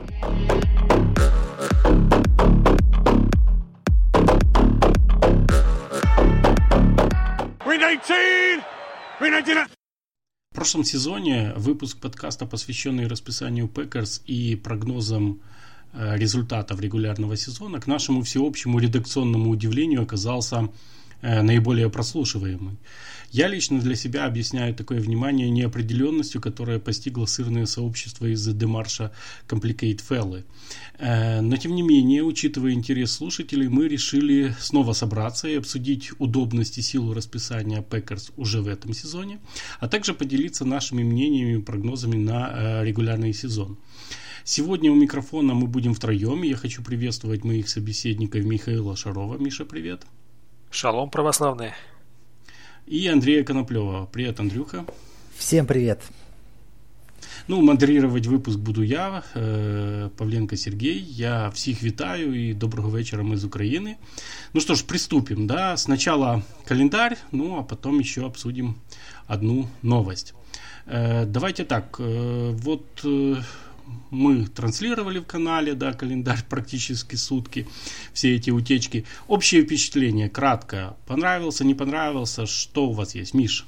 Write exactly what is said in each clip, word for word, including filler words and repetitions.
В прошлом сезоне выпуск подкаста, посвященный расписанию Пэкерс и прогнозам э, результатов регулярного сезона, к нашему всеобщему редакционному удивлению оказался э, наиболее прослушиваемый. Я лично для себя объясняю такое внимание неопределенностью, которая постигла сырное сообщество из-за демарша Complicate Felly. Э, но тем не менее, учитывая интерес слушателей, мы решили снова собраться и обсудить удобность и силу расписания Пэкерс уже в этом сезоне, а также поделиться нашими мнениями и прогнозами на э, регулярный сезон. Сегодня у микрофона мы будем втроем, и я хочу приветствовать моих собеседников Михаила Шарова. Миша, привет. Шалом, православные. И Андрея Коноплева. Привет, Андрюха. Всем привет. Ну, модерировать выпуск буду я, э, Павленко Сергей. Я всех вітаю и доброго вечера мы из Украины. Ну что ж, приступим, да. Сначала календарь, ну, а потом еще обсудим одну новость. Э, давайте так, э, вот... Э, мы транслировали в канале, да, календарь практически сутки, все эти утечки. Общее впечатление, кратко. Понравился, не понравился? Что у вас есть, Миш?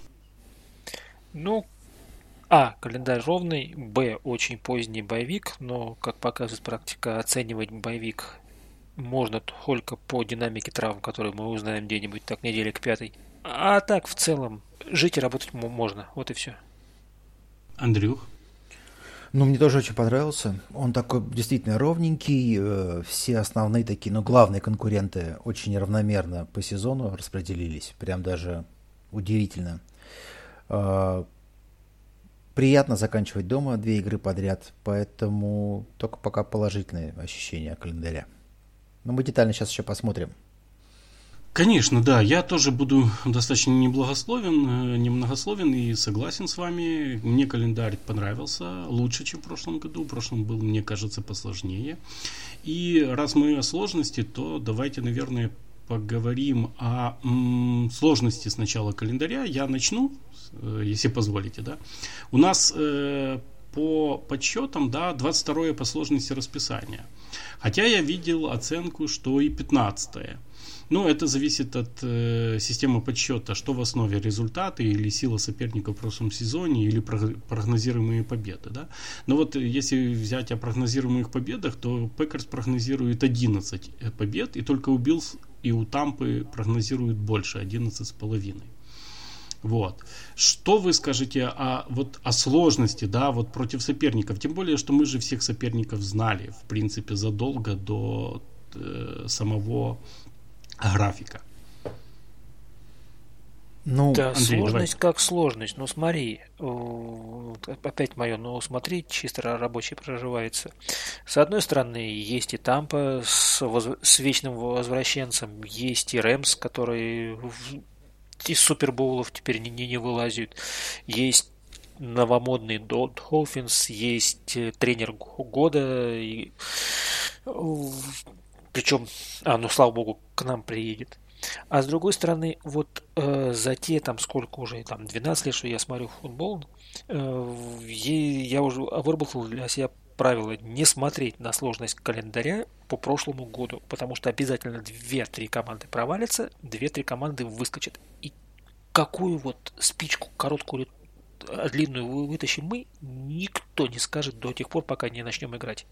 Ну, а, календарь ровный, б, очень поздний боевик, но, как показывает практика, оценивать боевик можно только по динамике травм, которые мы узнаем где-нибудь так недели к пятой. А так, в целом, жить и работать можно, вот и все. Андрюх? Ну, мне тоже очень понравился. Он такой действительно ровненький. Э, все основные такие, ну, главные конкуренты очень равномерно по сезону распределились. Прям даже удивительно. Э, приятно заканчивать дома две игры подряд, поэтому только пока положительные ощущения календаря. Но мы детально сейчас еще посмотрим. Конечно, да, я тоже буду достаточно неблагословен, немногословен и согласен с вами. Мне календарь понравился лучше, чем в прошлом году. В прошлом был, мне кажется, посложнее. И раз мы о сложности, то давайте, наверное, поговорим о м, сложности сначала календаря. Я начну, если позволите, да. У нас э, по подсчетам, да, двадцать второе по сложности расписания. Хотя я видел оценку, что и пятнадцатое. Ну, это зависит от э, системы подсчета, что в основе результаты или сила соперника в прошлом сезоне, или прогнозируемые победы. Да? Но вот если взять о прогнозируемых победах, то Пэкерс прогнозирует одиннадцать побед, и только у Биллс и у Тампы прогнозируют больше, одиннадцать с половиной. Вот. Что вы скажете о, вот, о сложности, да, вот против соперников? Тем более, что мы же всех соперников знали, в принципе, задолго до э, самого графика. Ну, да, Андрей, сложность давай. Как сложность. Ну, смотри, опять мое, но смотри, чисто рабочий проживается. С одной стороны, есть и Тампа с, воз... с вечным возвращенцем, есть и Рэмс, которые из супербоулов теперь не, не, не вылазят, есть новомодный Долфинс, есть тренер года, и... причем, а, ну, слава богу, к нам приедет. А с другой стороны, вот э, за те, там, сколько уже, там, двенадцать лет, что я смотрю футбол, э, я уже выработал для себя правило не смотреть на сложность календаря по прошлому году, потому что обязательно две-три команды провалятся, две-три команды выскочат. И какую вот спичку, короткую или длинную вытащим мы, никто не скажет до тех пор, пока не начнем играть.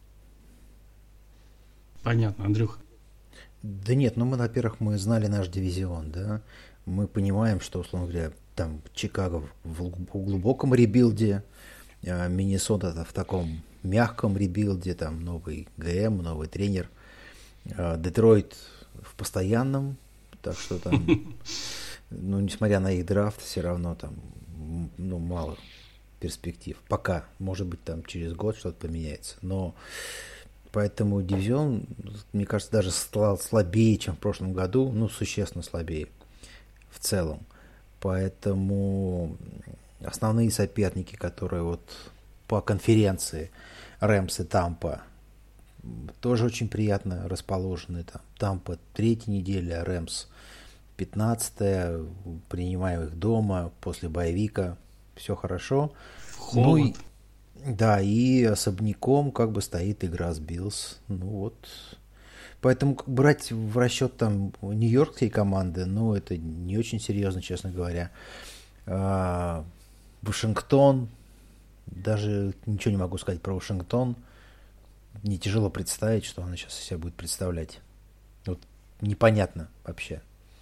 Понятно, Андрюх. Да нет, ну мы, во-первых, мы знали наш дивизион, да, мы понимаем, что, условно говоря, там Чикаго в глубоком ребилде, а Миннесота в таком мягком ребилде, там новый ГМ, новый тренер, а Детройт в постоянном, так что там, ну, несмотря на их драфт, все равно там, ну, мало перспектив. Пока, может быть, там через год что-то поменяется, но... Поэтому дивизион, мне кажется, даже слабее, чем в прошлом году, ну, существенно слабее в целом. Поэтому основные соперники, которые вот по конференции, Рэмс и Тампа, тоже очень приятно расположены. Там Тампа третья неделя, Рэмс пятнадцатая, принимаем их дома после боевика, все хорошо. Холод. Да, и особняком как бы стоит игра с Биллс. Ну вот. Поэтому брать в расчет там нью-йоркские команды, ну, это не очень серьезно, честно говоря. А, Вашингтон, даже ничего не могу сказать про Вашингтон. Мне тяжело представить, что она сейчас из себя будет представлять. Вот непонятно вообще.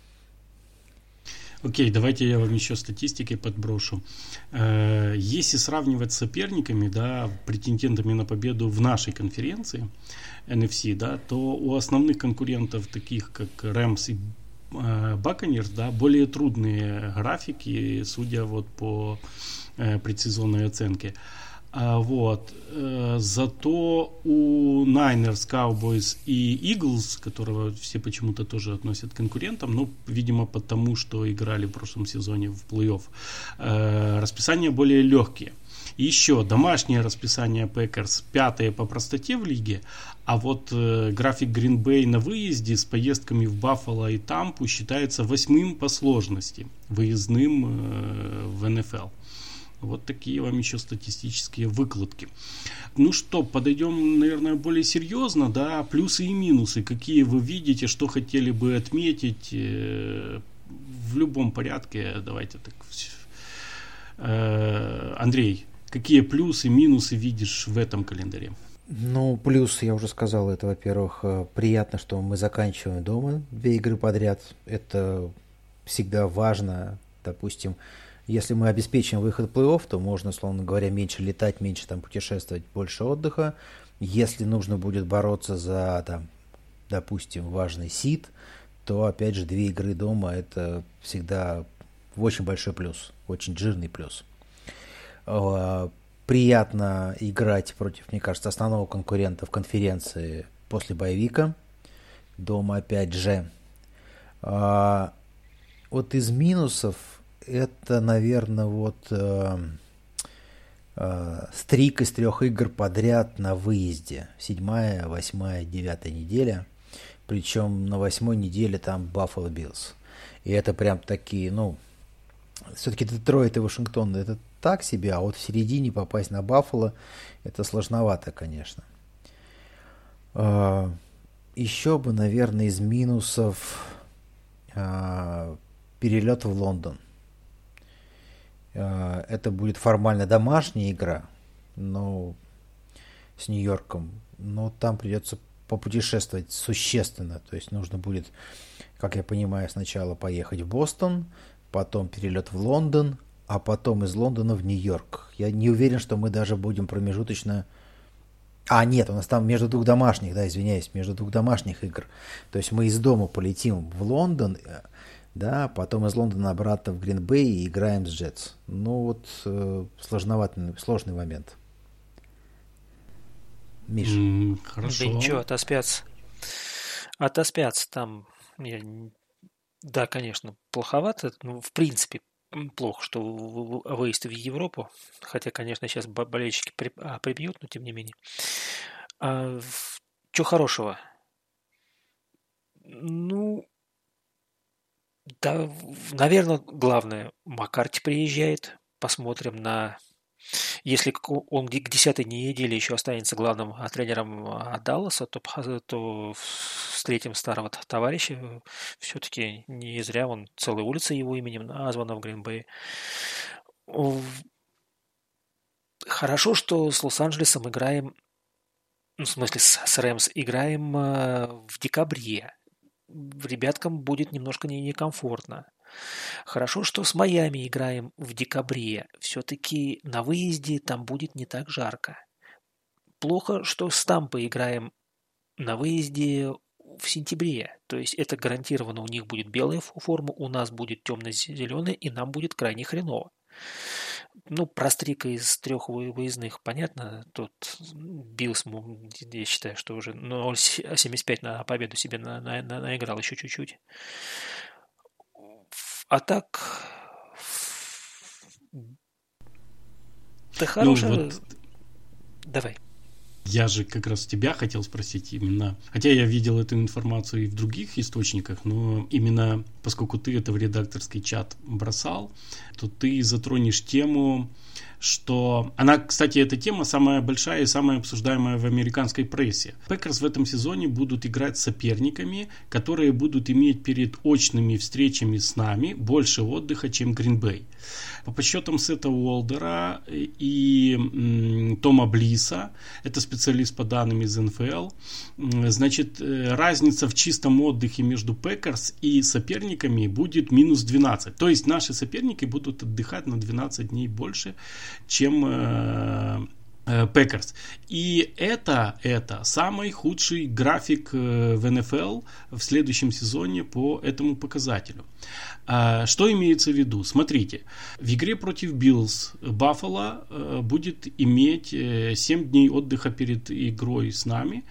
Окей, давайте я вам еще статистикой подброшу. Если сравнивать с соперниками, да, претендентами на победу в нашей конференции эн эф си, да, то у основных конкурентов, таких как Рэмс и Баконерс, да, более трудные графики, судя вот по предсезонной оценке. А, вот. Зато у Niners, Cowboys и Eagles, которого все почему-то тоже относят к конкурентам, ну, видимо, потому что играли в прошлом сезоне в плей-офф, расписания более легкие. И еще домашнее расписание Packers пятое по простоте в лиге, а вот э, график Green Bay на выезде с поездками в Баффало и Тампу считается восьмым по сложности, выездным э, в эн эф эл. Вот такие вам еще статистические выкладки. Ну что, подойдем, наверное, более серьезно, да, плюсы и минусы, какие вы видите, что хотели бы отметить, э, в любом порядке, давайте так. Э, Андрей, какие плюсы, минусы видишь в этом календаре? Ну, плюс, я уже сказал, это, во-первых, приятно, что мы заканчиваем дома две игры подряд. Это всегда важно, допустим. Если мы обеспечим выход в плей-офф, то можно, условно говоря, меньше летать, меньше там путешествовать, больше отдыха. Если нужно будет бороться за, там, допустим, важный сид, то, опять же, две игры дома – это всегда очень большой плюс, очень жирный плюс. Приятно играть против, мне кажется, основного конкурента в конференции после боевика. Дома, опять же. Вот из минусов это, наверное, вот э, э, стрик из трех игр подряд на выезде. Седьмая, восьмая, девятая неделя. Причем на восьмой неделе там Buffalo Bills. И это прям такие, ну, все-таки Детройт и Вашингтон это так себе, а вот в середине попасть на Баффало это сложновато, конечно. Э, еще бы, наверное, из минусов э, перелет в Лондон. Это будет формально домашняя игра, но с Нью-Йорком, но там придется попутешествовать существенно, то есть нужно будет, как я понимаю, сначала поехать в Бостон, потом перелет в Лондон, а потом из Лондона в Нью-Йорк. Я не уверен, что мы даже будем промежуточно... А, нет, у нас там между двух домашних, да, извиняюсь, между двух домашних игр. То есть мы из дома полетим в Лондон... Да, потом из Лондона обратно в Грин-Бэй и играем с Джетс. Ну вот э, сложноватый, сложный момент. Миша. Mm, хорошо. Да ничего, отоспятся. Отоспятся там. Я... Да, конечно, плоховато. Ну, в принципе, плохо, что выезд в Европу. Хотя, конечно, сейчас болельщики при... а, прибьют, но тем не менее. А, чего хорошего? Ну... Да, наверное, главное, Маккарти приезжает, посмотрим на... Если он к десятой неделе еще останется главным тренером Далласа, то, то встретим старого товарища. Все-таки не зря он целая улица его именем названа в Грин-Бэе. Хорошо, что с Лос-Анджелесом играем, ну, в смысле с Рэмс играем в декабре. Ребяткам будет немножко некомфортно. Хорошо, что с Майами играем в декабре. Все-таки на выезде там будет не так жарко. Плохо, что с Тампой играем на выезде в сентябре. То есть это гарантированно у них будет белая форма, у нас будет темно-зеленая, и нам будет крайне хреново. Ну, про стрика из трех выездных понятно. Тут Биллс, я считаю, что уже ноль семьдесят пять на победу себе на, на, на, наиграл еще чуть-чуть. А так... Да хорошая... Ну, вот... Давай. Я же как раз тебя хотел спросить именно, хотя я видел эту информацию и в других источниках, но именно поскольку ты это в редакторский чат бросал, то ты затронешь тему, что... Она, кстати, эта тема самая большая и самая обсуждаемая в американской прессе. Пекерс в этом сезоне будут играть с соперниками, которые будут иметь перед очными встречами с нами больше отдыха, чем Грин-Бэй. По подсчетам Сета Уолдера и м, Тома Блиса, это специалист по данным из эн эф эл, значит, разница в чистом отдыхе между Пекерс и соперниками будет минус двенадцать. То есть наши соперники будут отдыхать на двенадцать дней больше, чем э, Пекерс. И это, это самый худший график в эн эф эл в следующем сезоне по этому показателю. Что имеется в виду? Смотрите, в игре против Биллс Баффало будет иметь семь дней отдыха перед игрой с нами,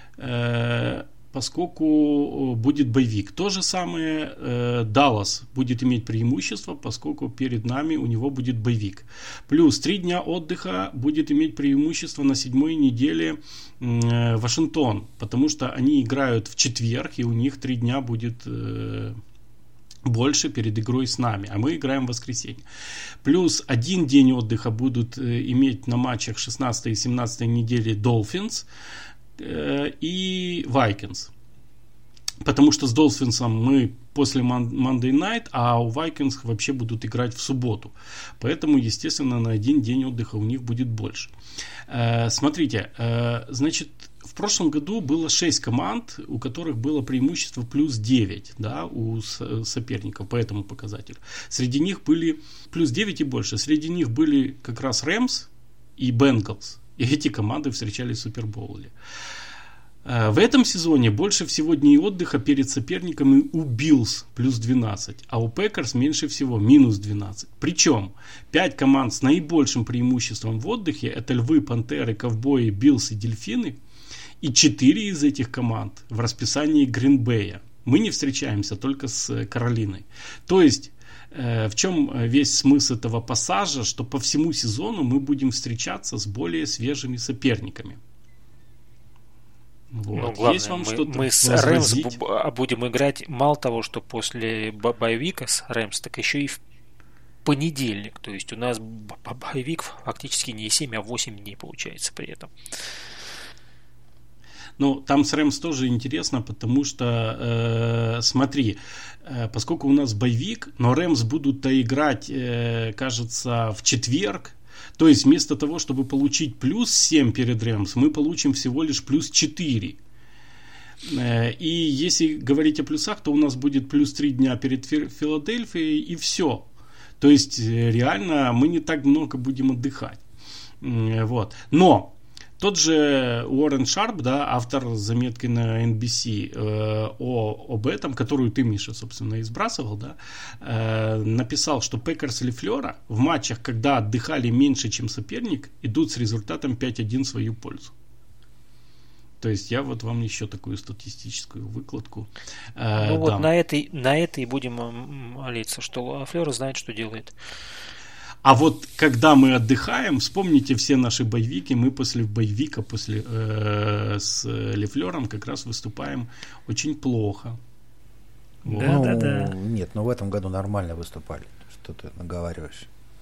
поскольку будет боевик. То же самое э, Даллас будет иметь преимущество, поскольку перед нами у него будет боевик. Плюс три дня отдыха будет иметь преимущество на седьмой неделе э, Вашингтон, потому что они играют в четверг, и у них три дня будет... Э, больше перед игрой с нами, а мы играем в воскресенье. Плюс один день отдыха будут э, иметь на матчах шестнадцатой и семнадцатой недели Dolphins э, и Vikings. Потому что с Dolphins мы после Monday Night, а у Vikings вообще будут играть в субботу. Поэтому, естественно, на один день отдыха у них будет больше. Э, смотрите, э, значит, в прошлом году было шесть команд, у которых было преимущество плюс девять, да, у соперников по этому показателю. Среди них были плюс девять и больше. Среди них были как раз Рэмс и Бенгалс. И эти команды встречались в Супербоуле. В этом сезоне больше всего дней отдыха перед соперниками у Биллс плюс двенадцать, а у Пекерс меньше всего минус двенадцать. Причем пять команд с наибольшим преимуществом в отдыхе — это Львы, Пантеры, Ковбои, Биллс и Дельфины. И четыре из этих команд в расписании Грин-Бэя. Мы не встречаемся только с Каролиной. То есть, э, в чем весь смысл этого пассажа, что по всему сезону мы будем встречаться с более свежими соперниками. Вот. Ну, главное, Есть вам мы, что-то мы с Рэмс будем играть мало того, что после боевика с Рэмс, так еще и в понедельник. То есть у нас боевик фактически не семь, а восемь дней получается при этом. Ну, там с Рэмс тоже интересно, потому что, э, смотри, э, поскольку у нас боевик, но Рэмс будут-то играть, э, кажется, в четверг, то есть вместо того, чтобы получить плюс семь перед Рэмс, мы получим всего лишь плюс четыре. Э, и если говорить о плюсах, то у нас будет плюс три дня перед Филадельфией, и все. То есть, реально, мы не так много будем отдыхать. Э, вот. Но... Тот же Уоррен Шарп, да, автор заметки на эн би си э, о, об этом, которую ты, Миша, собственно, и сбрасывал, да, э, написал, что Пекерс и Лефлера в матчах, когда отдыхали меньше, чем соперник, идут с результатом пять один в свою пользу. То есть я вот вам еще такую статистическую выкладку э, Ну дам. вот на этой, на этой будем молиться, что Лефлер знает, что делает. А вот когда мы отдыхаем, вспомните все наши боевики, мы после боевика, после э, с Лефлером как раз выступаем очень плохо. Вот. Да, ну, да, да. Нет, но в этом году нормально выступали. Что ты наговариваешь?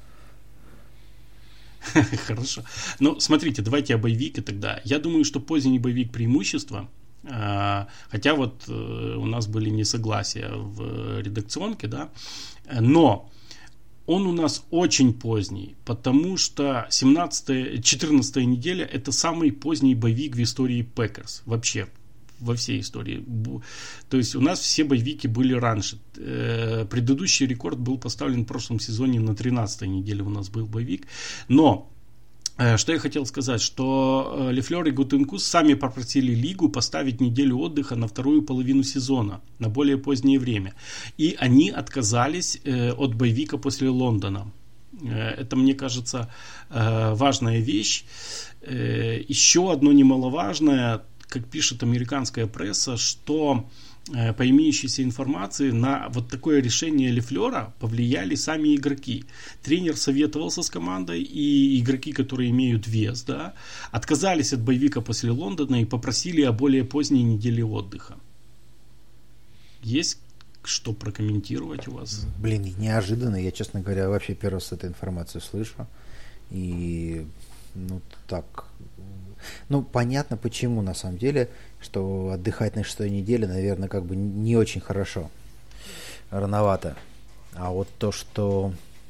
Хорошо. Ну, смотрите, давайте о боевике тогда. Я думаю, что поздний боевик преимущество. Хотя вот у нас были несогласия в редакционке, да. Но он у нас очень поздний, потому что семнадцатая, четырнадцатая неделя — это самый поздний боевик в истории Пекерс. Вообще, во всей истории. То есть у нас все боевики были раньше. Предыдущий рекорд был поставлен в прошлом сезоне, на тринадцатой неделе у нас был боевик. Но что я хотел сказать, что Лефлер и Гутенкус сами попросили лигу поставить неделю отдыха на вторую половину сезона, на более позднее время. И они отказались от боевика после Лондона. Это, мне кажется, важная вещь. Еще одно немаловажное, как пишет американская пресса, что по имеющейся информации на вот такое решение Лефлера повлияли сами игроки. Тренер советовался с командой, и игроки, которые имеют вес, да, отказались от боевика после Лондона и попросили о более поздней неделе отдыха. Есть что прокомментировать у вас? Блин, неожиданно. Я, честно говоря, вообще первый раз с этой информацией слышу. И, ну, так... Ну, понятно, почему, на самом деле, что отдыхать на шестой неделе, наверное, как бы не очень хорошо. Рановато. А вот то, что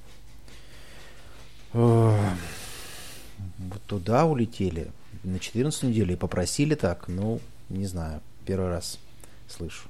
э, вот туда улетели на четырнадцатую неделю и попросили так, ну, не знаю, первый раз слышу.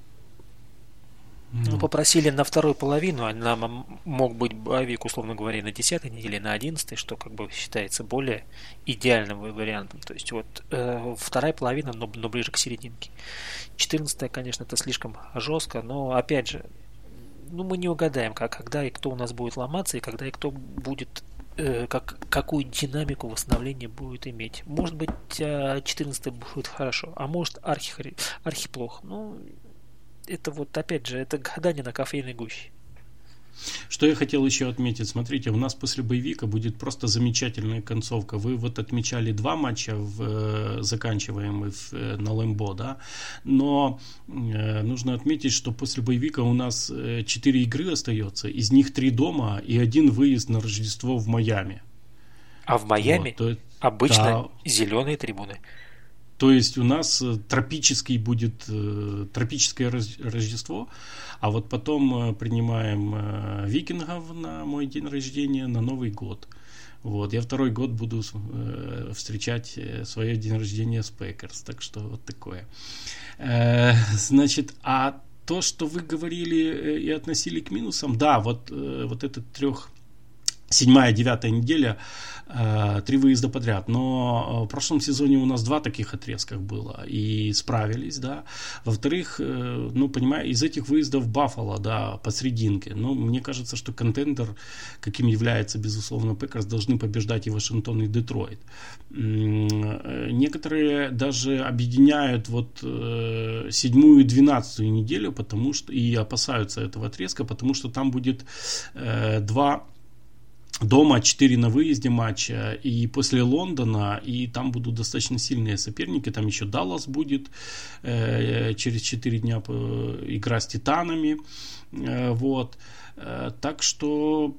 Ну, попросили на вторую половину, а нам мог быть боевик, условно говоря, на десятой неделе, на одиннадцатой, что как бы считается более идеальным вариантом. То есть вот э, вторая половина, но, но ближе к серединке. четырнадцатая, конечно, это слишком жестко, но опять же, ну мы не угадаем, как, когда и кто у нас будет ломаться, и когда и кто будет, э, как, какую динамику восстановления будет иметь. Может быть, четырнадцатая будет хорошо, а может архи, архи плохо. Ну, это вот, опять же, это гадание на кофейной гуще. Что я хотел еще отметить, смотрите, у нас после боевика будет просто замечательная концовка. Вы вот отмечали два матча, в, заканчиваемые в, на Лэмбо, да, но э, нужно отметить, что после боевика у нас четыре игры остается, из них три дома и один выезд на Рождество в Майами. А в Майами вот, то, обычно да, зеленые трибуны. То есть у нас тропический будет тропическое Рождество, а вот потом принимаем викингов на мой день рождения, на Новый год. Вот. Я второй год буду встречать свое день рождения с Пэкерс, так что вот такое. Значит, а то, что вы говорили и относили к минусам, да, вот, вот этот трех... Седьмая, девятая неделя, э, три выезда подряд. Но в прошлом сезоне у нас два таких отрезка было. И справились, да. Во-вторых, э, ну, понимаю, из этих выездов Баффало, да, посерединке. Но мне кажется, что контендер, каким является, безусловно, Пэкерс, должны побеждать и Вашингтон, и Детройт. Некоторые даже объединяют вот э, седьмую и двенадцатую неделю, потому что и опасаются этого отрезка, потому что там будет э, два дома, четыре на выезде матча, и после Лондона, и там будут достаточно сильные соперники, там еще Даллас будет э, через четыре дня э, игра с Титанами, э, вот, э, так что,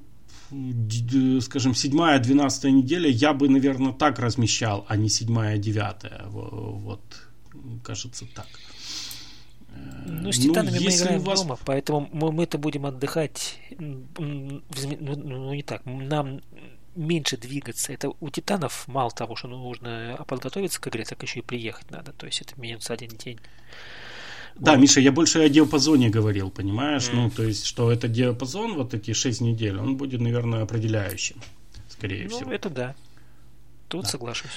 д, скажем, седьмая, двенадцатая неделя я бы, наверное, так размещал, а не седьмая, девятая, вот, кажется так. Ну, с Титанами ну, мы играем вас... дома, поэтому мы, мы-то будем отдыхать, ну, ну, не так, нам меньше двигаться. Это у Титанов мало того, что нужно подготовиться к игре, так еще и приехать надо, то есть это минус один день. Да, вот. Миша, я больше о диапазоне говорил, понимаешь, mm. ну, то есть, что это диапазон, вот эти шесть недель, он будет, наверное, определяющим, скорее ну, всего. Ну, это да, тут да. Соглашусь.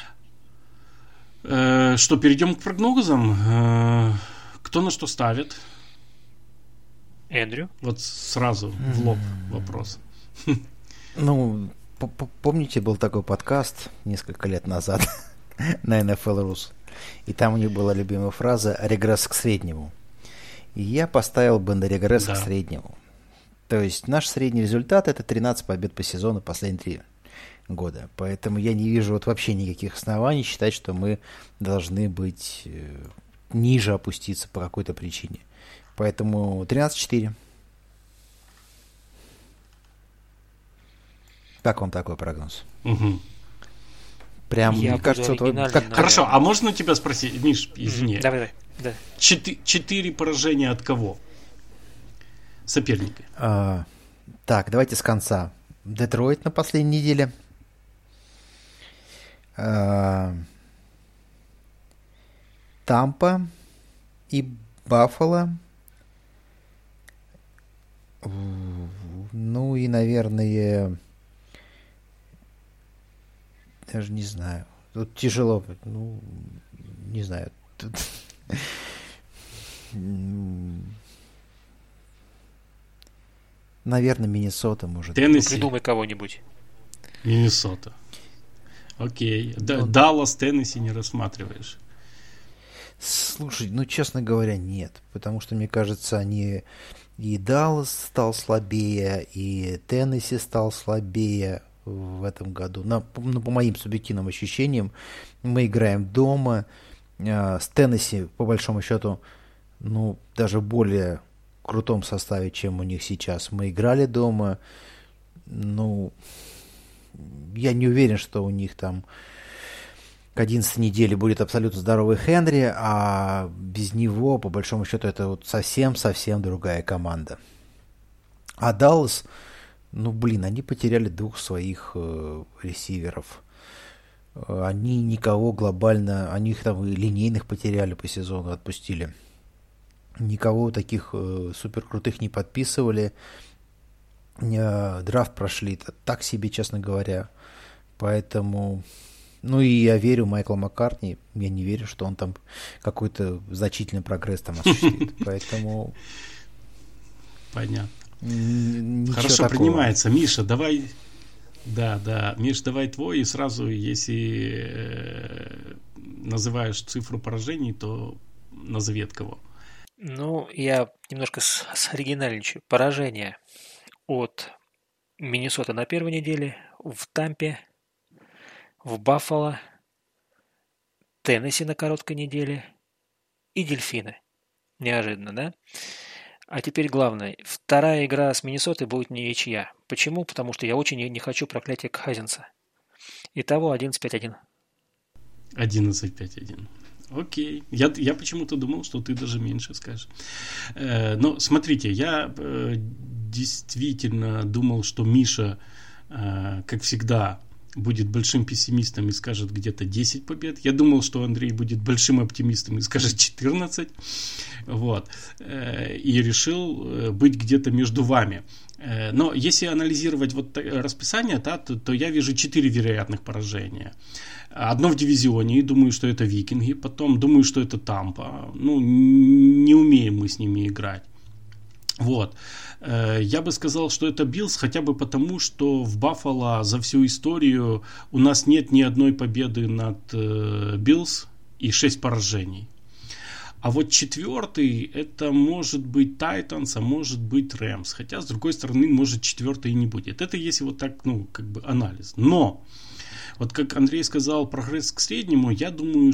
Э, что, перейдем к прогнозам? Э, Кто на что ставит? Эндрю. Вот сразу в лоб вопрос. Ну, помните, был такой подкаст несколько лет назад на эн эф эл Rus, и там у них была любимая фраза «регресс к среднему». И я поставил бы на регресс да. к среднему. То есть наш средний результат – это тринадцать побед по сезону последние три года. Поэтому я не вижу вот вообще никаких оснований считать, что мы должны быть... ниже опуститься по какой-то причине. Поэтому тринадцать четыре. Как вам такой прогноз? Угу. Прям, я мне кажется, это... Как... Хорошо, а можно тебя спросить, Миш, извини. Давай, давай. Да. Четы- четыре поражения от кого? Соперника. А, так, давайте с конца. Детройт на последней неделе. А... Тампа и Баффало. Ну и, наверное, даже не знаю. Тут тяжело. Ну, не знаю. Тут... Наверное, Миннесота может. Теннесси. Ну, придумай кого-нибудь. Миннесота. Окей. Ну, Даллас, Теннесси не рассматриваешь. Слушай, ну, честно говоря, нет. Потому что, мне кажется, они... И Даллас стал слабее, и Теннесси стал слабее в этом году. Но, ну, по моим субъективным ощущениям, мы играем дома. С Теннесси, по большому счету, ну, даже более крутом составе, чем у них сейчас. Мы играли дома. Ну, я не уверен, что у них там к одиннадцатой неделе будет абсолютно здоровый Хенри, а без него, по большому счету, это вот совсем-совсем другая команда. А Даллас, ну, блин, они потеряли двух своих э, ресиверов. Они никого глобально, они их там и линейных потеряли по сезону, отпустили. Никого таких э, супер крутых не подписывали. Э, драфт прошли так себе, честно говоря. Поэтому... Ну и я верю Майклу Маккартни, я не верю, что он там какой-то значительный прогресс там осуществит. Поэтому... Понятно. Хорошо, такого. Принимается. Миша, давай... Да, да. Миш, давай твой, и сразу, если э, называешь цифру поражений, то назови от кого. Ну, я немножко с, с оригинальничаю. Поражение от Миннесоты на первой неделе, в Тампе, в Баффало, Теннесси на короткой неделе и Дельфины. Неожиданно, да? А теперь главное. Вторая игра с Миннесотой будет ничья. Почему? Потому что я очень не хочу проклятия Кхазинса. Итого одиннадцать пять один. одиннадцать пять один. Окей. Я, я почему-то думал, что ты даже меньше скажешь. Э, но смотрите, я э, действительно думал, что Миша, э, как всегда, будет большим пессимистом и скажет где-то десять побед. Я думал, что Андрей будет большим оптимистом и скажет четырнадцать. Вот. И решил быть где-то между вами. Но если анализировать вот расписание, да, то, то я вижу четыре вероятных поражения. Одно в дивизионе, и думаю, что это Викинги. Потом думаю, что это Тампа. Ну, не умеем мы с ними играть. Вот. Я бы сказал, что это Биллс, хотя бы потому, что в Баффало за всю историю у нас нет ни одной победы над Биллс и шесть поражений. А вот четвертый, это может быть Тайтанс, а может быть Рэмс. Хотя, с другой стороны, может четвертый и не будет. Это если вот так, ну, как бы анализ. Но, вот как Андрей сказал, прогресс к среднему, я думаю,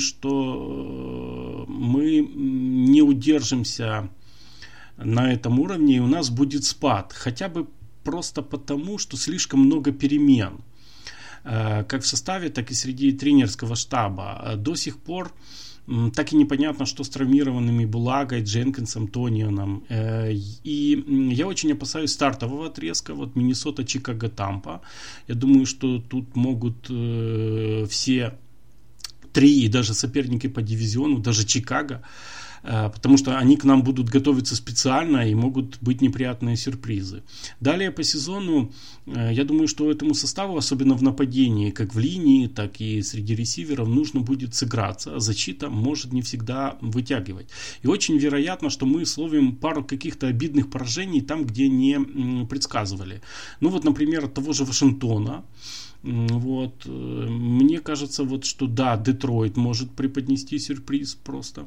что мы не удержимся на этом уровне, и у нас будет спад. Хотя бы просто потому, что слишком много перемен. Как в составе, так и среди тренерского штаба. До сих пор так и непонятно, что с травмированными Булагой, Дженкинсом, Тонианом. И я очень опасаюсь стартового отрезка. Вот Миннесота, Чикаго, Тампа. Я думаю, что тут могут все три и даже соперники по дивизиону, даже Чикаго, потому что они к нам будут готовиться специально и могут быть неприятные сюрпризы. Далее по сезону, я думаю, что этому составу, особенно в нападении, как в линии, так и среди ресиверов, нужно будет сыграться, а защита может не всегда вытягивать. И очень вероятно, что мы словим пару каких-то обидных поражений там, где не предсказывали. Ну вот, например, от того же Вашингтона. Вот. Мне кажется, вот, что да, Детройт может преподнести сюрприз просто.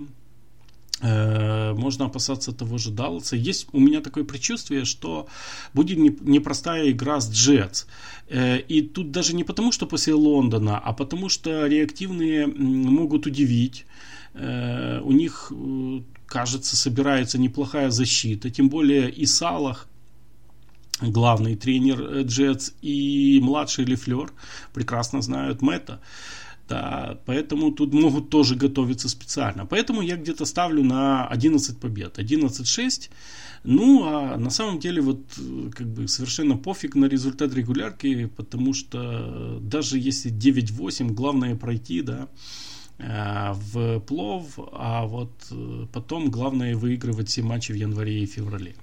Можно опасаться того же Далласа. Есть у меня такое предчувствие, что будет непростая игра с Джетс. И тут даже не потому, что после Лондона, а потому, что реактивные могут удивить. У них, кажется, собирается неплохая защита. Тем более и Салах, главный тренер Джетс, и младший Лефлер прекрасно знают Мэтта. Да, поэтому тут могут тоже готовиться специально. Поэтому я где-то ставлю на одиннадцать побед. одиннадцать шесть. Ну, а на самом деле вот как бы совершенно пофиг на результат регулярки, потому что даже если девять восемь, главное пройти, да, в плов, а вот потом главное выигрывать все матчи в январе и феврале.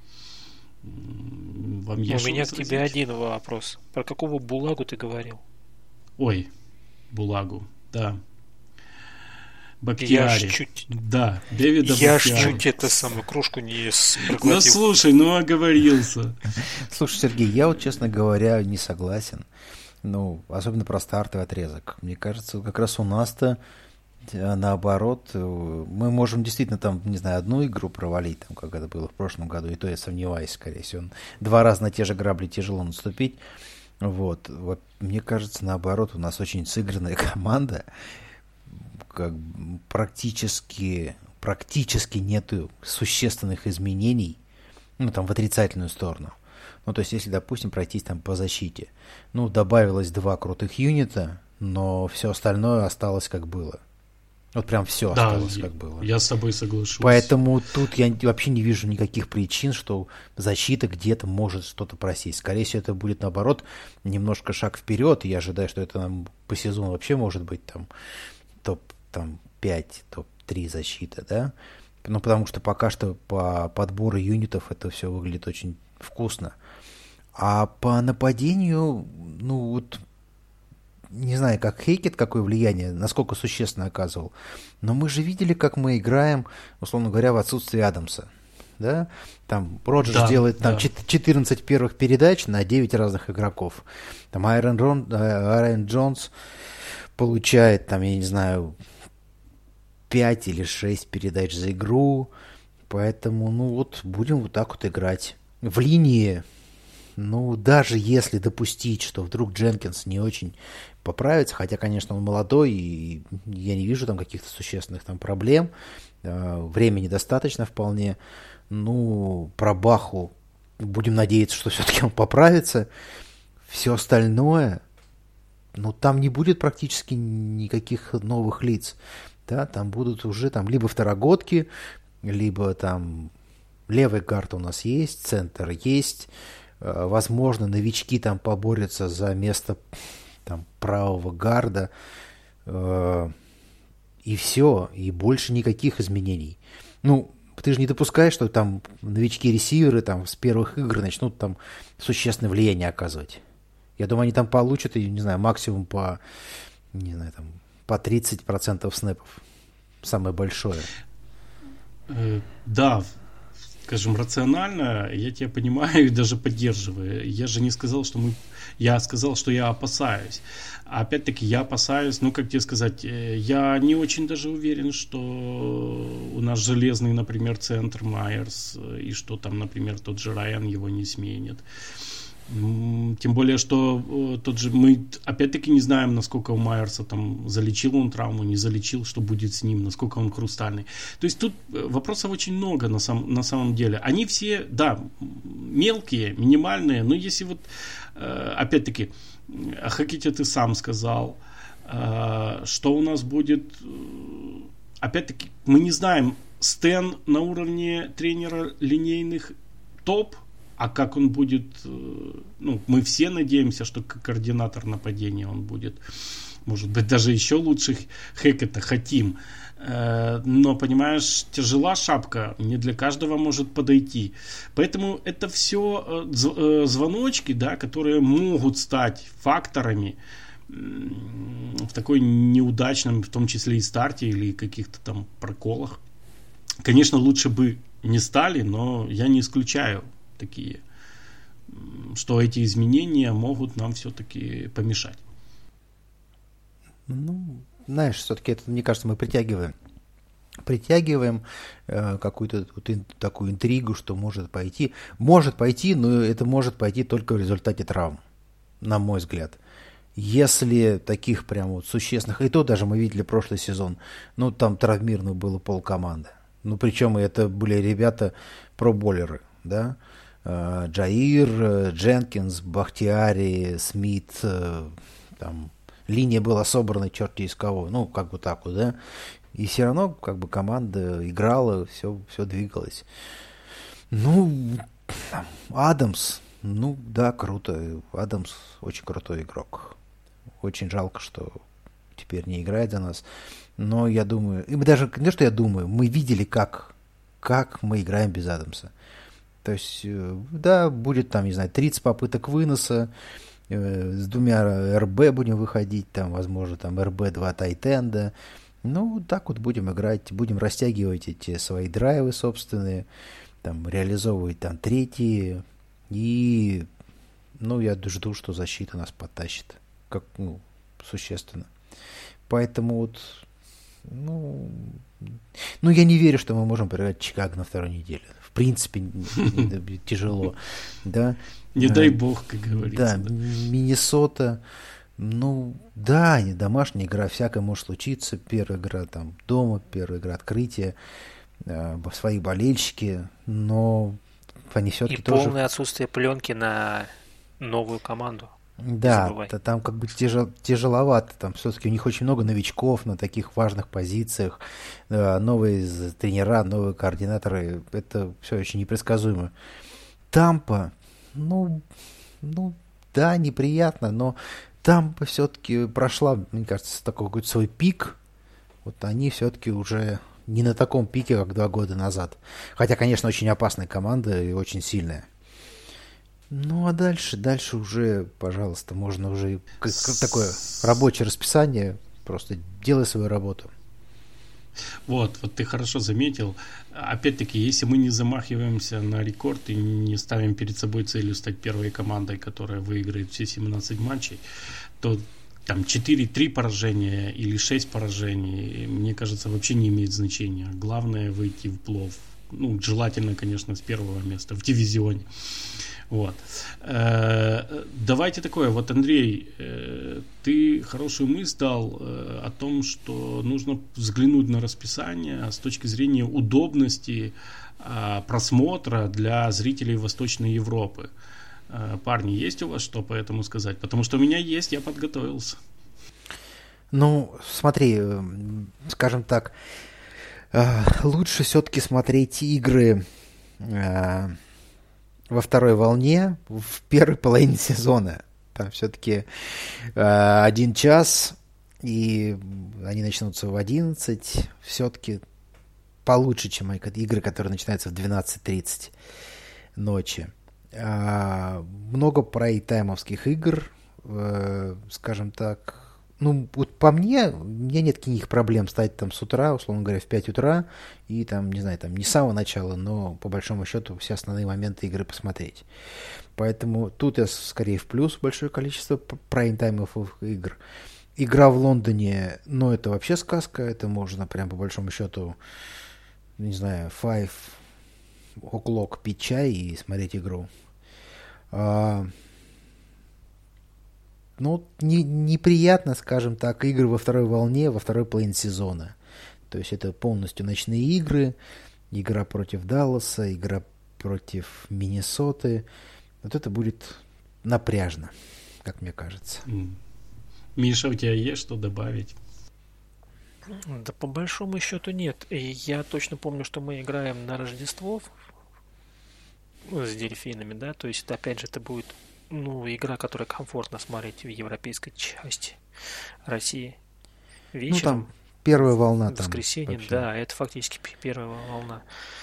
Вам есть У меня к тебе один вопрос. Про какого Булагу ты говорил? Ой, Булагу, да. Бактиари. Я чуть... Да, Дэвида Я Бактиари. чуть эту самую кружку не проглотил. Ну слушай, ну оговорился. Слушай, Сергей, я вот, честно говоря, не согласен. Ну, особенно про стартовый отрезок. Мне кажется, как раз у нас-то наоборот, мы можем действительно там, не знаю, одну игру провалить, там, как это было в прошлом году, и то я сомневаюсь, скорее всего. Два раза на те же грабли тяжело наступить. Вот. Вот, мне кажется, наоборот, у нас очень сыгранная команда, как практически, практически нету существенных изменений, ну, там, в отрицательную сторону. Ну, то есть, если, допустим, пройтись там по защите, ну, добавилось два крутых юнита, но все остальное осталось как было. Вот прям все Да, осталось я, как было. я с тобой соглашусь. Поэтому тут я вообще не вижу никаких причин, что защита где-то может что-то просесть. Скорее всего, это будет, наоборот, немножко шаг вперед. И я ожидаю, что это нам по сезону вообще может быть там топ там, пять, топ три защита, да? Ну, потому что пока что по подбору юнитов это все выглядит очень вкусно. А по нападению, ну, вот не знаю, как Хейкет, какое влияние, насколько существенно оказывал, но мы же видели, как мы играем, условно говоря, в отсутствие Адамса. Да? Там Роджерс да, делает там, да. четырнадцать первых передач на девять разных игроков. Там Айрон, Рон, Айрон Джонс получает, там, я не знаю, пять или шесть передач за игру. Поэтому, ну вот, будем вот так вот играть. В линии, ну, даже если допустить, что вдруг Дженкинс не очень поправится, хотя, конечно, он молодой, и я не вижу там каких-то существенных там проблем, времени достаточно вполне, ну, про Баху будем надеяться, что все-таки он поправится. Все остальное, ну, там не будет практически никаких новых лиц, да, там будут уже там либо второгодки, либо там левый гард у нас есть, центр есть, возможно, новички там поборются за место там правого гарда, э, и все, и больше никаких изменений. Ну, ты же не допускаешь, что там новички-ресиверы там с первых игр начнут там существенное влияние оказывать. Я думаю, они там получат, я не знаю, максимум по, не знаю, там, по тридцать процентов снэпов. Самое большое. Э, да, скажем, рационально, я тебя понимаю и даже поддерживаю. Я же не сказал, что мы... Я сказал, что я опасаюсь. А опять-таки, я опасаюсь, ну, как тебе сказать, я не очень даже уверен, что у нас железный, например, центр Майерс, и что там, например, тот же Райан его не сменит. Тем более, что тот же мы опять-таки не знаем, насколько у Майерса там залечил он травму, не залечил, что будет с ним, насколько он хрустальный. То есть тут вопросов очень много на, сам, на самом деле. Они все, да, мелкие, минимальные, но если вот опять-таки о Хаките ты сам сказал, что у нас будет, опять-таки мы не знаем, Стэн на уровне тренера линейных топ. А как он будет, ну, мы все надеемся, что как координатор нападения он будет, может быть, даже еще лучше Хекета хотим. Но, понимаешь, тяжела шапка, не для каждого может подойти. Поэтому это все звоночки, да, которые могут стать факторами в такой неудачном, в том числе и старте или каких-то там проколах. Конечно, лучше бы не стали, но я не исключаю такие, что эти изменения могут нам все-таки помешать. Ну, знаешь, все-таки это, мне кажется, мы притягиваем притягиваем э, какую-то вот ин, такую интригу, что может пойти. Может пойти, но это может пойти только в результате травм, на мой взгляд. Если таких прям вот существенных, и то даже мы видели прошлый сезон, ну, там травмировано было полкоманды. Ну, причем это были ребята проболлеры, да, Джаир, Дженкинс, Бахтиари, Смит, там линия была собрана черти из кого, ну, как бы так вот, да, и все равно, как бы, команда играла, все, все двигалось. Ну, Адамс, ну, да, круто, Адамс очень крутой игрок, очень жалко, что теперь не играет за нас, но я думаю, и мы даже, не что я думаю, мы видели, как, как мы играем без Адамса. То есть, да, будет там, не знаю, тридцать попыток выноса, э, с двумя эр бэ будем выходить, там, возможно, там, эр бэ два тайтенда. Ну, так вот будем играть, будем растягивать эти свои драйвы собственные, там, реализовывать там третьи, и, ну, я жду, что защита нас подтащит, как, ну, существенно. Поэтому вот, ну, ну, я не верю, что мы можем проиграть Чикаго на второй неделе. В принципе, тяжело, да. Не дай бог, как говорится. Да, Миннесота, ну, да, домашняя игра, всякое может случиться. Первая игра там дома, первая игра открытия, свои болельщики, но они И все-таки тоже... полное отсутствие пленки на новую команду. Да, то там как бы тяжел, тяжеловато, там все-таки у них очень много новичков на таких важных позициях, новые тренера, новые координаторы, это все очень непредсказуемо. Тампа, ну, ну да, неприятно, но Тампа все-таки прошла, мне кажется, такой какой-то свой пик, вот они все-таки уже не на таком пике, как два года назад. Хотя, конечно, очень опасная команда и очень сильная. Ну, а дальше, дальше уже, пожалуйста, можно уже как, как такое рабочее расписание, просто делай свою работу. Вот, вот ты хорошо заметил. Опять-таки, если мы не замахиваемся на рекорд и не ставим перед собой целью стать первой командой, которая выиграет все семнадцать матчей, то там четыре-три поражения или шесть поражений, мне кажется, вообще не имеет значения. Главное выйти в плей-офф. Ну, желательно, конечно, с первого места в дивизионе. Вот. Э, давайте такое. Вот, Андрей, э, ты хорошую мысль дал э, о том, что нужно взглянуть на расписание с точки зрения удобности э, просмотра для зрителей Восточной Европы. Э, парни, есть у вас что по этому сказать? Потому что у меня есть, я подготовился. Ну, смотри, скажем так, э, лучше все-таки смотреть игры э, во второй волне в первой половине сезона. Там все-таки э, один час, и они начнутся в одиннадцать. Все-таки получше, чем игры, которые начинаются в двенадцать тридцать ночи. А, много прайм-таймовских игр, э, скажем так. Ну, вот по мне, у меня нет никаких проблем встать там с утра, условно говоря, в пять утра, и там, не знаю, там не с самого начала, но по большому счету все основные моменты игры посмотреть. Поэтому тут я скорее в плюс большое количество прайм-таймовых игр. Игра в Лондоне, ну, это вообще сказка, это можно прям по большому счету, не знаю, five o'clock пить чай и смотреть игру. А, ну, не, неприятно, скажем так, игры во второй волне, во второй половине сезона. То есть это полностью ночные игры, игра против Далласа, игра против Миннесоты. Вот это будет напряжно, как мне кажется. Миша, у тебя есть что добавить? Да по большому счету нет. И я точно помню, что мы играем на Рождество с дельфинами, да, то есть опять же это будет, ну, игра, которая комфортно смотреть в европейской части России вечером. Ну, там первая волна. В воскресенье, вообще. Да, это фактически первая волна.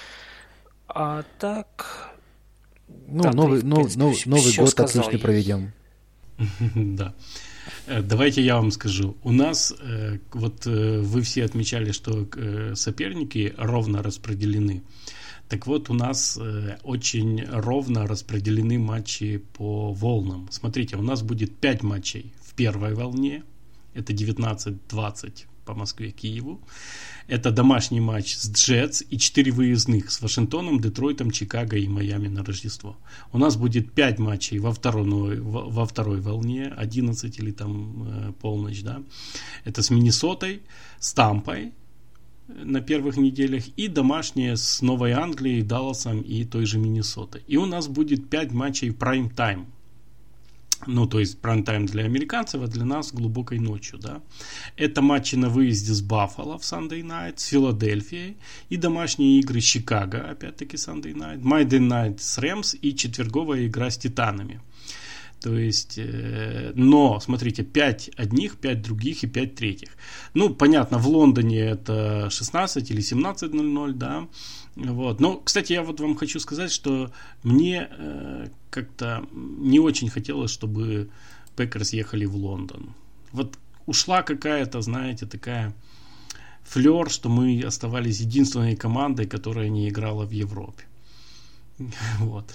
А так... Ну, да, новый, ты, нов, принципе, нов, Новый год сказал. отлично проведем. Да. Давайте я вам скажу. У нас, вот вы все отмечали, что соперники ровно распределены. Так вот, у нас очень ровно распределены матчи по волнам. Смотрите, у нас будет пять матчей в первой волне. Это девятнадцать двадцать по Москве, Киеву. Это домашний матч с Джетс и четыре выездных с Вашингтоном, Детройтом, Чикаго и Майами на Рождество. У нас будет пять матчей во второй, во второй волне, одиннадцать или там полночь, да. Это с Миннесотой, с Тампой на первых неделях и домашние с Новой Англией, Далласом и той же Миннесотой. И у нас будет пять матчей прайм-тайм. Ну, то есть прайм-тайм для американцев, а для нас глубокой ночью, да. Это матчи на выезде с Баффало в Sunday Night, с Филадельфией и домашние игры Чикаго, опять-таки Sunday Night, Monday Night с Рэмс и четверговая игра с Титанами. То есть, э, но, смотрите, пять одних, пять других и пять третьих. Ну, понятно, в Лондоне это шестнадцать или семнадцать ноль ноль, да. Вот. Но, кстати, я вот вам хочу сказать, что мне э, как-то не очень хотелось, чтобы Пекерс ехали в Лондон. Вот ушла какая-то, знаете, такая флер, что мы оставались единственной командой, которая не играла в Европе. Вот.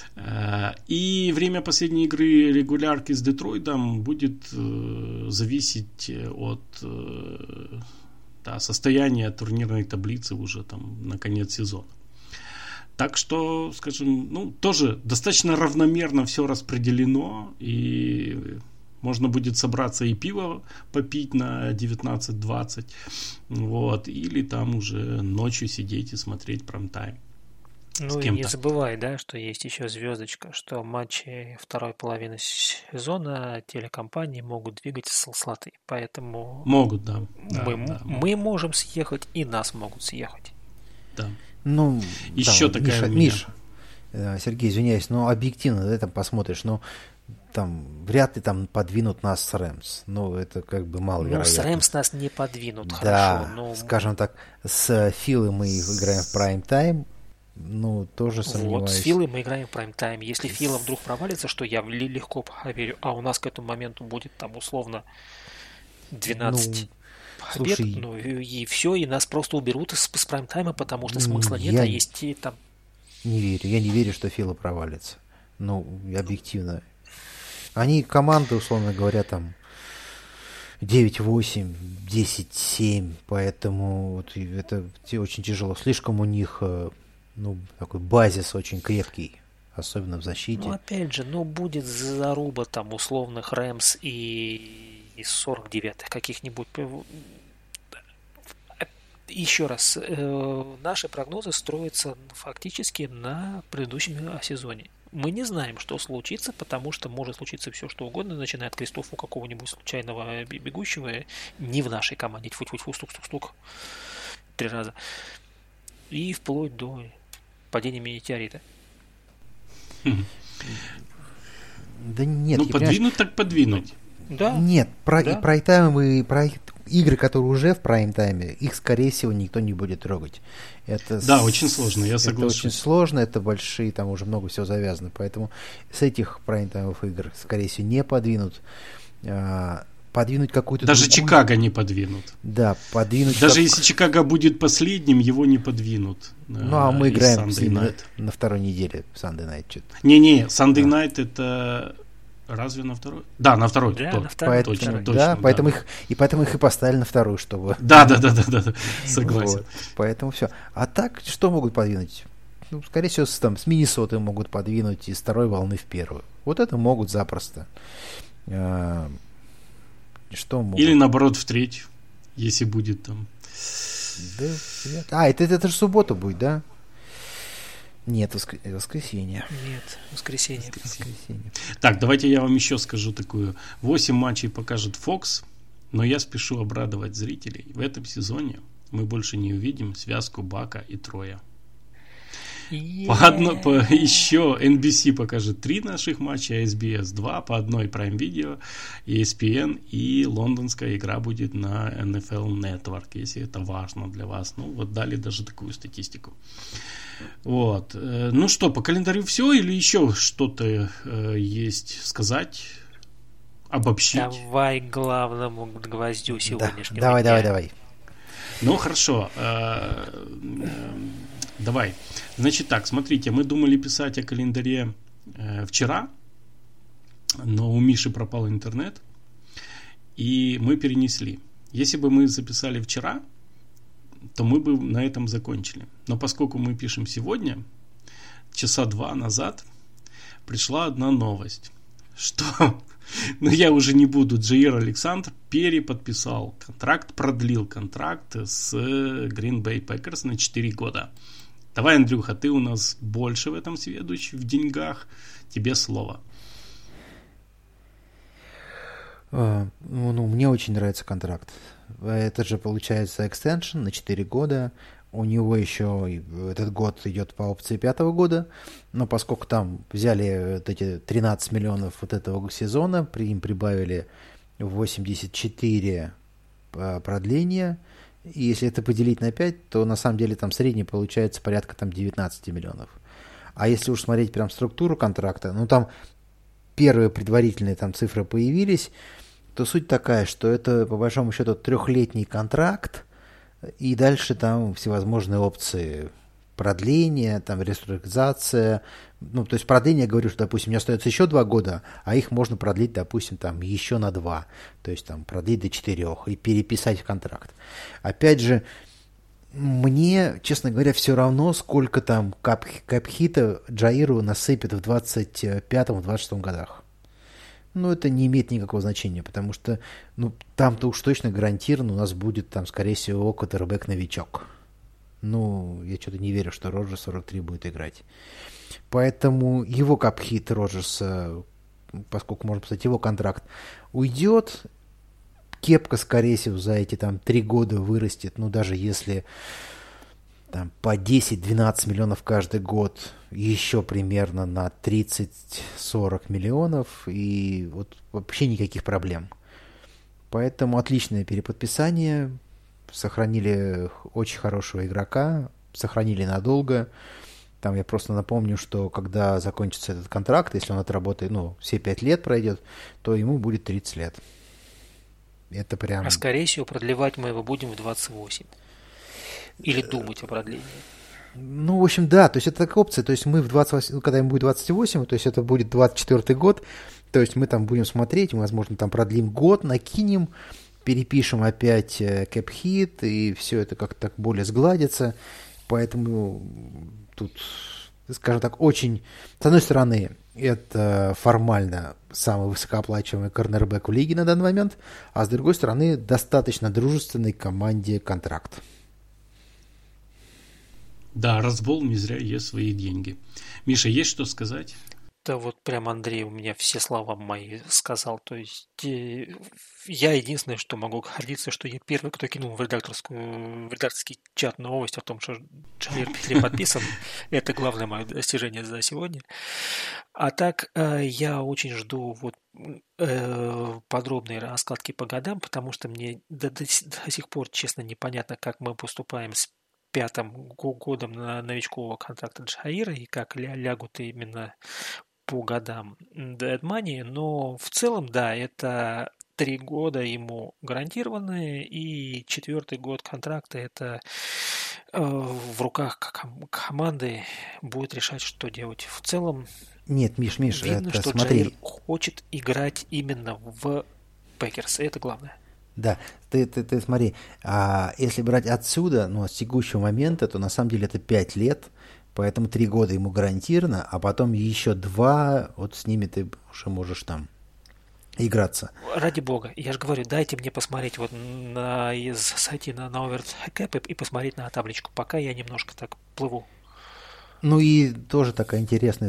И время последней игры регулярки с Детройтом будет э, зависеть от э, да, состояния турнирной таблицы уже там на конец сезона. Так что, скажем, ну, тоже достаточно равномерно все распределено, и можно будет собраться и пиво попить на девятнадцать двадцать, вот, или там уже ночью сидеть и смотреть прайм-тайм. Ну и не забывай, да, что есть еще звездочка, что матчи второй половины сезона телекомпании могут двигать слоты, поэтому могут, да. Мы, да, да. мы можем съехать, и нас могут съехать. Да. Ну, еще да, такая Миша, Миша, Сергей, извиняюсь, но объективно, да, там посмотришь, ну, там вряд ли там подвинут нас с Рэмс. Ну, это как бы маловероятно. Ну, с Рэмс нас не подвинут, да, хорошо. Но... скажем так, с Филой мы играем в прайм-тайм, ну, тоже сомневаюсь. Вот, с Филой мы играем в прайм-тайм. Если Фила вдруг провалится, что я легко поверю, а у нас к этому моменту будет там условно двенадцать ну, побед, слушай, ну и, и все, и нас просто уберут из, из прайм-тайма, потому что смысла нет, а есть и там... Не верю, я не верю, что Фила провалится. Ну, объективно. Они команды, условно говоря, там девять восемь, десять семь, поэтому вот это очень тяжело. Слишком у них... Ну, такой базис очень крепкий, особенно в защите. Ну, опять же, ну, будет заруба там условных Рэмс и из сорок девятых каких-нибудь. Еще раз, э, наши прогнозы строятся фактически на предыдущем сезоне. Мы не знаем, что случится, потому что может случиться все, что угодно, начиная от крестов у какого-нибудь случайного бегущего, не в нашей команде, тьфу-тьфу-тьфу, стук-стук-стук, три раза, и вплоть до... падение метеорита. Да нет. Ну, подвинуть так подвинуть. Да. Нет, про, да. прайм-тайм и про игры, которые уже в прайм-тайме, их, скорее всего, никто не будет трогать. Это да, с... очень сложно, я согласен. Это очень сложно, это большие, там уже много всего завязано. Поэтому с этих прайм-таймов игр, скорее всего, не подвинут. Подвинуть какую-то... Даже другую... Чикаго не подвинут. Да, подвинуть... Даже как... если Чикаго будет последним, его не подвинут. Ну, а мы играем с ними на, на второй неделе Sunday Night. Что-то. Не-не, Sunday да. Night это... Разве на второй? Да, на второй. Да, то, на второй. Поэтому, точно, да, точно. Поэтому да. Их, и поэтому их и поставили на вторую, чтобы... Да, да, да, да, да, да. Согласен. Вот. Поэтому все. А так, что могут подвинуть? Ну, скорее всего, с, там, с Миннесоты могут подвинуть из второй волны в первую. Вот это могут запросто. А, что могут? Или наоборот в третью, если будет там. Да, а, это, это, это же суббота будет, да? Нет, воск... воскресенье. Нет, воскресенье. воскресенье. Так, давайте я вам еще скажу такую. восемь матчей покажет Fox, но я спешу обрадовать зрителей. В этом сезоне мы больше не увидим связку Бака и Троя. Yeah. По одно, по, еще эн би си покажет три наших матча, эс би эс два, по одной Prime Video, и эс пи эн, и лондонская игра будет на эн эф эл Network, если это важно для вас. Ну, вот дали даже такую статистику. Вот. Ну что, по календарю все или еще что-то э, есть сказать, обобщить? Давай к главному гвоздю сегодняшнего да, давай, дня. давай, давай. Ну, хорошо. Э, э, давай. Значит так, смотрите, мы думали писать о календаре э, вчера, но у Миши пропал интернет, и мы перенесли. Если бы мы записали вчера, то мы бы на этом закончили. Но поскольку мы пишем сегодня, часа два назад пришла одна новость, что, ну я уже не буду, Джаир Александр переподписал контракт, продлил контракт с Green Bay Packers на четыре года. Давай, Андрюха, ты у нас больше в этом сведущ, в деньгах, тебе слово. Uh, ну, мне очень нравится контракт. Это же получается экстеншн на четыре года. У него еще этот год идет по опции пятого года. Но поскольку там взяли вот эти тринадцать миллионов вот этого сезона, при им прибавили восемьдесят четыре продления. И если это поделить на пять, то на самом деле там средний получается порядка там девятнадцать миллионов. А если уж смотреть прям структуру контракта, ну там первые предварительные там цифры появились, то суть такая, что это по большому счету трехлетний контракт, и дальше там всевозможные опции продления, там реструктуризация. Ну, то есть продление, я говорю, что, допустим, мне остается еще два года, а их можно продлить, допустим, там еще на два. То есть там продлить до четырех и переписать в контракт. Опять же, мне, честно говоря, все равно, сколько там кап- капхита Джаиру насыпет в двадцать пятом - двадцать шестом годах. Ну, это не имеет никакого значения, потому что ну, там-то уж точно гарантированно у нас будет, там, скорее всего, квотербэк-новичок. ну, я что-то не верю, что Роджерс сорок три будет играть. Поэтому его кап-хит Роджерса, поскольку, можно сказать, его контракт уйдет, кепка, скорее всего, за эти там три года вырастет, ну, даже если там по десять-двенадцать миллионов каждый год, еще примерно на тридцать-сорок миллионов, и вот вообще никаких проблем. Поэтому отличное переподписание, сохранили очень хорошего игрока, сохранили надолго. Там я просто напомню, что когда закончится этот контракт, если он отработает, ну, все пять лет пройдет, то ему будет тридцать лет. Это прям... А скорее всего продлевать мы его будем в двадцать восемь. Или думать о продлении. Ну, в общем, да, то есть это такая опция, то есть мы в двадцать восемь, когда ему будет двадцать восемь, то есть это будет двадцать четвёртый год, то есть мы там будем смотреть, мы, возможно, там продлим год, накинем, перепишем опять кэп-хит, и все это как-то так более сгладится, поэтому тут, скажем так, очень, с одной стороны, это формально самый высокооплачиваемый корнербэк в лиге на данный момент, а с другой стороны, достаточно дружественной команде контракт. Да, разбол не зря ест свои деньги. Миша, есть что сказать? Да вот прям Андрей у меня все слова мои сказал. То есть э, я единственное, что могу гордиться, что я первый, кто кинул в, редакторскую, в редакторский чат новость о том, что Джаир переподписан. Это главное мое достижение за сегодня. А так э, я очень жду вот э, подробные раскладки по годам, потому что мне до, до, до сих пор, честно, непонятно, как мы поступаем с пятым годом на новичкового контракта Джаира и как ля, лягут именно по годам Dead Money, но в целом, да, это три года ему гарантированные, и четвертый год контракта это э, в руках ком- команды будет решать, что делать. В целом, нет, Миш, Миш, видно, это что смотри. Джаир хочет играть именно в Пекерс, это главное. Да, ты, ты, ты смотри, а если брать отсюда, ну, с текущего момента, то на самом деле это пять лет, поэтому три года ему гарантировано, а потом еще два, вот с ними ты уже можешь там играться. Ради бога, я же говорю, дайте мне посмотреть вот на сайте на, на Overcap и посмотреть на табличку, пока я немножко так плыву. Ну и тоже такой интересный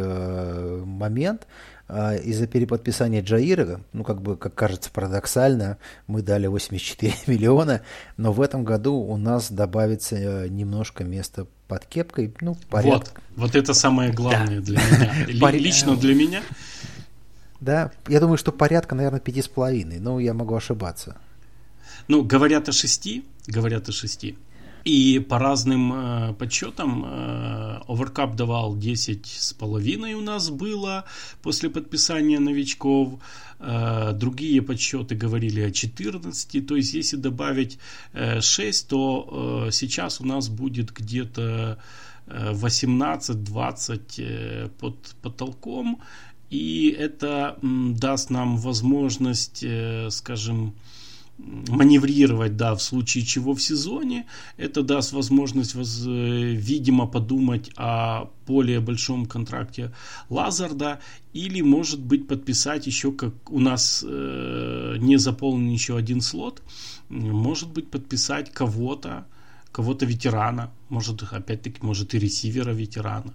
э, момент. Э, из-за переподписания Джаира, ну как бы, как кажется парадоксально, мы дали восемьдесят четыре миллиона, но в этом году у нас добавится э, немножко места под кепкой. Ну, порядка. Вот, вот это самое главное да. для меня. Лично для меня. Да, я думаю, что порядка, наверное, пяти с половиной, но я могу ошибаться. Ну, говорят о шести, говорят о шести. И по разным э, подсчетам э, Overcap давал десять с половиной у нас было после подписания новичков. Э, другие подсчеты говорили о четырнадцати. То есть, если добавить э, шесть, то э, сейчас у нас будет где-то э, восемнадцать-двадцать э, под потолком. И это м, даст нам возможность, э, скажем, маневрировать, да, в случае чего в сезоне. Это даст возможность, воз, видимо, подумать о более большом контракте Лазарда или, может быть, подписать еще, как у нас э, не заполнен еще один слот, может быть, подписать кого-то, кого-то ветерана, может, опять-таки, может и ресивера ветерана.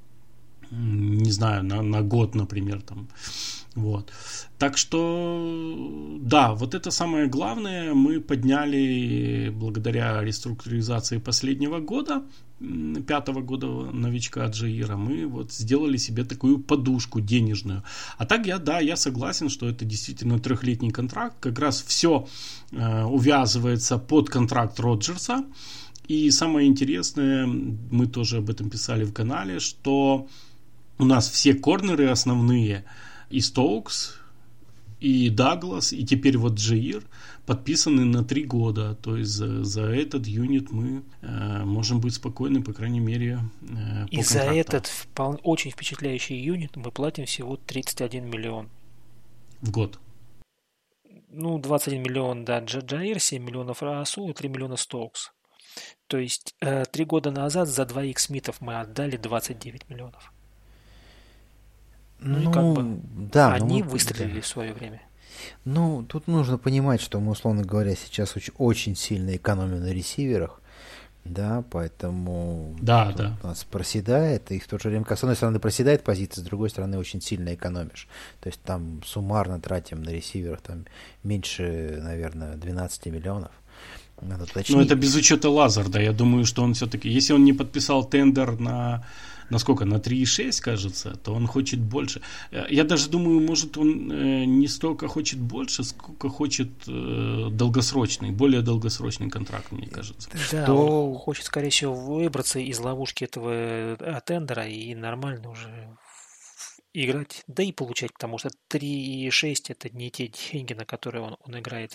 Не знаю, на, на год, например, там. Вот. Так что, да, вот это самое главное. Мы подняли благодаря реструктуризации последнего года, пятого года новичка Джаира, мы вот сделали себе такую подушку денежную. А так я, да, я согласен, что это действительно трехлетний контракт. Как раз все э, увязывается под контракт Роджерса. И самое интересное, мы тоже об этом писали в канале, что у нас все корнеры основные, и Стоукс, и Даглас, и теперь вот Джаир подписаны на три года. То есть за, за этот юнит мы э, можем быть спокойны, по крайней мере, э, по и контракту. За этот вполне, очень впечатляющий юнит мы платим всего тридцать один миллион. В год. Ну, двадцать один миллион, да, Джаир, семь миллионов Расул и три миллиона Стоукс. То есть э, три года назад за двоих Смитов мы отдали двадцать девять миллионов. Ну, ну и как бы да, они мы, выстрелили да. в свое время. Ну, тут нужно понимать, что мы, условно говоря, сейчас очень, очень сильно экономим на ресиверах. Да, поэтому да, да. у нас проседает, и в то же время, как с одной стороны проседает позиция, с другой стороны очень сильно экономишь. То есть там суммарно тратим на ресиверах там меньше, наверное, двенадцать миллионов. Надо уточнить. Ну, это без учета Лазарда. Я думаю, что он все-таки, если он не подписал тендер на, на сколько, на три и шесть, кажется, то он хочет больше. Я даже думаю, может, он не столько хочет больше, сколько хочет э, долгосрочный, более долгосрочный контракт, мне кажется. Да, Что... он хочет, скорее всего, выбраться из ловушки этого тендера и нормально уже играть, да и получать, потому что три и шесть это не те деньги, на которые он, он играет.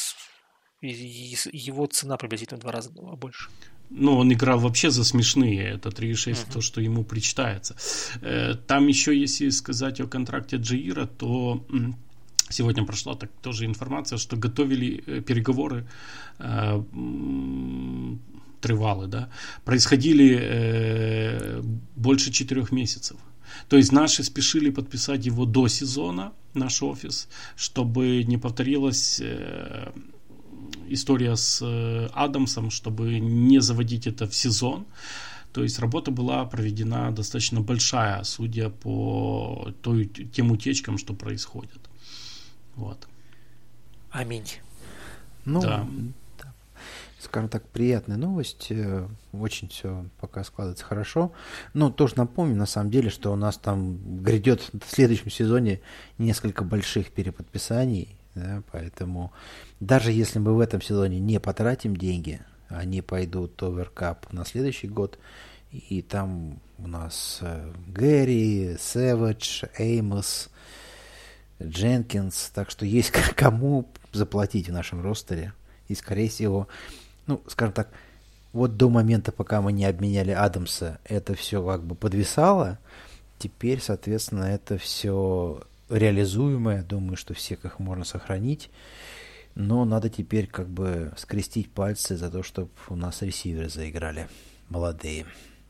Его цена приблизительно в два раза больше. Ну, он играл вообще за смешные. Это три и шесть, uh-huh. то, что ему причитается. Там еще, если сказать о контракте Джаира, то сегодня прошла так тоже информация, что готовили переговоры э, тривалы, да, происходили э, больше четырех месяцев. То есть наши спешили подписать его до сезона, наш офис, чтобы не повторилась э, история с э, Адамсом, чтобы не заводить это в сезон. То есть работа была проведена достаточно большая, судя по той, тем утечкам, что происходят. Вот. Аминь. Ну, да. Да. Скажем так, приятная новость. Очень все пока складывается хорошо. Но тоже напомню, на самом деле, что у нас там грядет в следующем сезоне несколько больших переподписаний. Да, поэтому даже если мы в этом сезоне не потратим деньги, они пойдут оверкап на следующий год, и там у нас Гэри, Сэвидж, Эймос, Дженкинс, так что есть кому заплатить в нашем ростере. И, скорее всего, ну, скажем так, вот до момента, пока мы не обменяли Адамса, это все как бы подвисало. Теперь, соответственно, это все реализуемое. Думаю, что всех их можно сохранить. Но надо теперь как бы скрестить пальцы за то, чтобы у нас ресиверы заиграли. Молодые.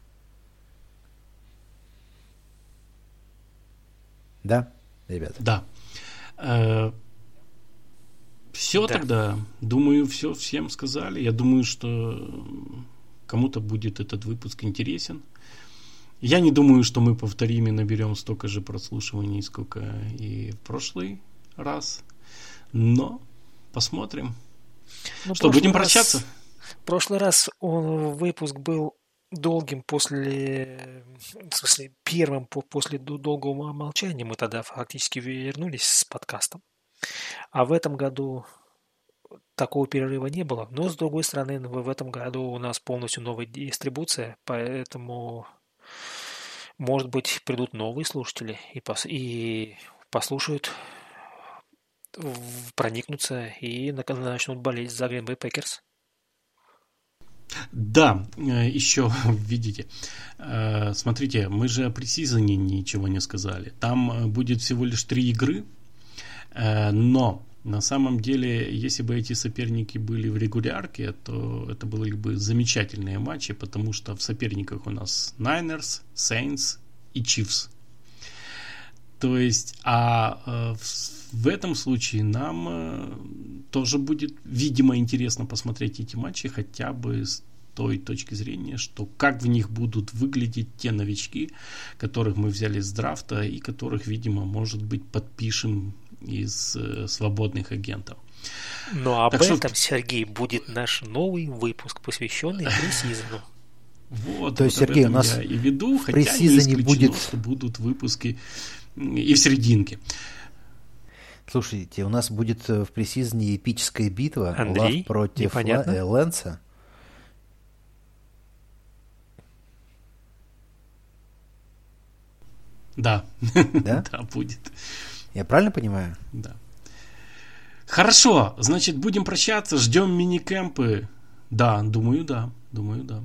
Да, ребята? Да. Э, все да. тогда. Думаю, все всем сказали. Я думаю, что кому-то будет этот выпуск интересен. Я не думаю, что мы повторим и наберем столько же прослушиваний, сколько и в прошлый раз. Но посмотрим. Ну, что, будем раз, прощаться? В прошлый раз он, выпуск был долгим после, в смысле, первым после долгого молчания. Мы тогда фактически вернулись с подкастом. А в этом году такого перерыва не было. Но, с другой стороны, в этом году у нас полностью новая дистрибуция, поэтому, может быть, придут новые слушатели и, пос- и послушают, проникнутся и начнут болеть за Green Bay Packers. Да, еще видите, смотрите, мы же о пресизоне ничего не сказали. Там будет всего лишь три игры, но на самом деле, если бы эти соперники были в регулярке, то это были бы замечательные матчи, потому что в соперниках у нас Niners, Saints и Chiefs. То есть, а в, в этом случае нам э, тоже будет, видимо, интересно посмотреть эти матчи, хотя бы с той точки зрения, что как в них будут выглядеть те новички, которых мы взяли с драфта и которых, видимо, может быть, подпишем из э, свободных агентов. Но об так этом, что... Сергей, будет наш новый выпуск, посвященный пресизону. Вот, То вот есть, Сергей, у нас я и веду, в хотя не исключено, будет... что будут выпуски и в серединке. Слушайте, у нас будет в пресизоне эпическая битва. Андрей, Лав против непонятно. Л- Лэнса. Да. Да? Да, будет. Я правильно понимаю? Да. Хорошо, значит, будем прощаться, ждем мини-кэмпы. Да, думаю, да. Думаю, да.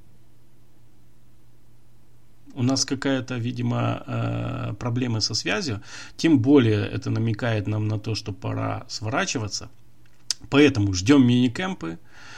У нас какая-то, видимо, проблема со связью. Тем более это намекает нам на то, что пора сворачиваться. Поэтому ждем мини-кэмпы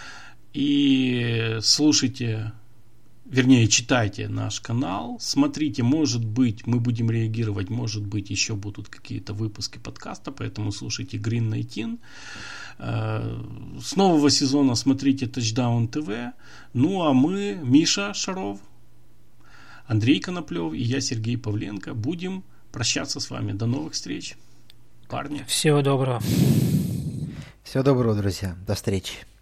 и слушайте, вернее, читайте наш канал. Смотрите, может быть, мы будем реагировать, может быть, еще будут какие-то выпуски подкаста, поэтому слушайте Green девятнадцать. С нового сезона смотрите Touchdown ти ви. Ну а мы, Миша Шаров, Андрей Коноплев и я, Сергей Павленко, будем прощаться с вами. До новых встреч, парни. Всего доброго. Всего доброго, друзья. До встречи.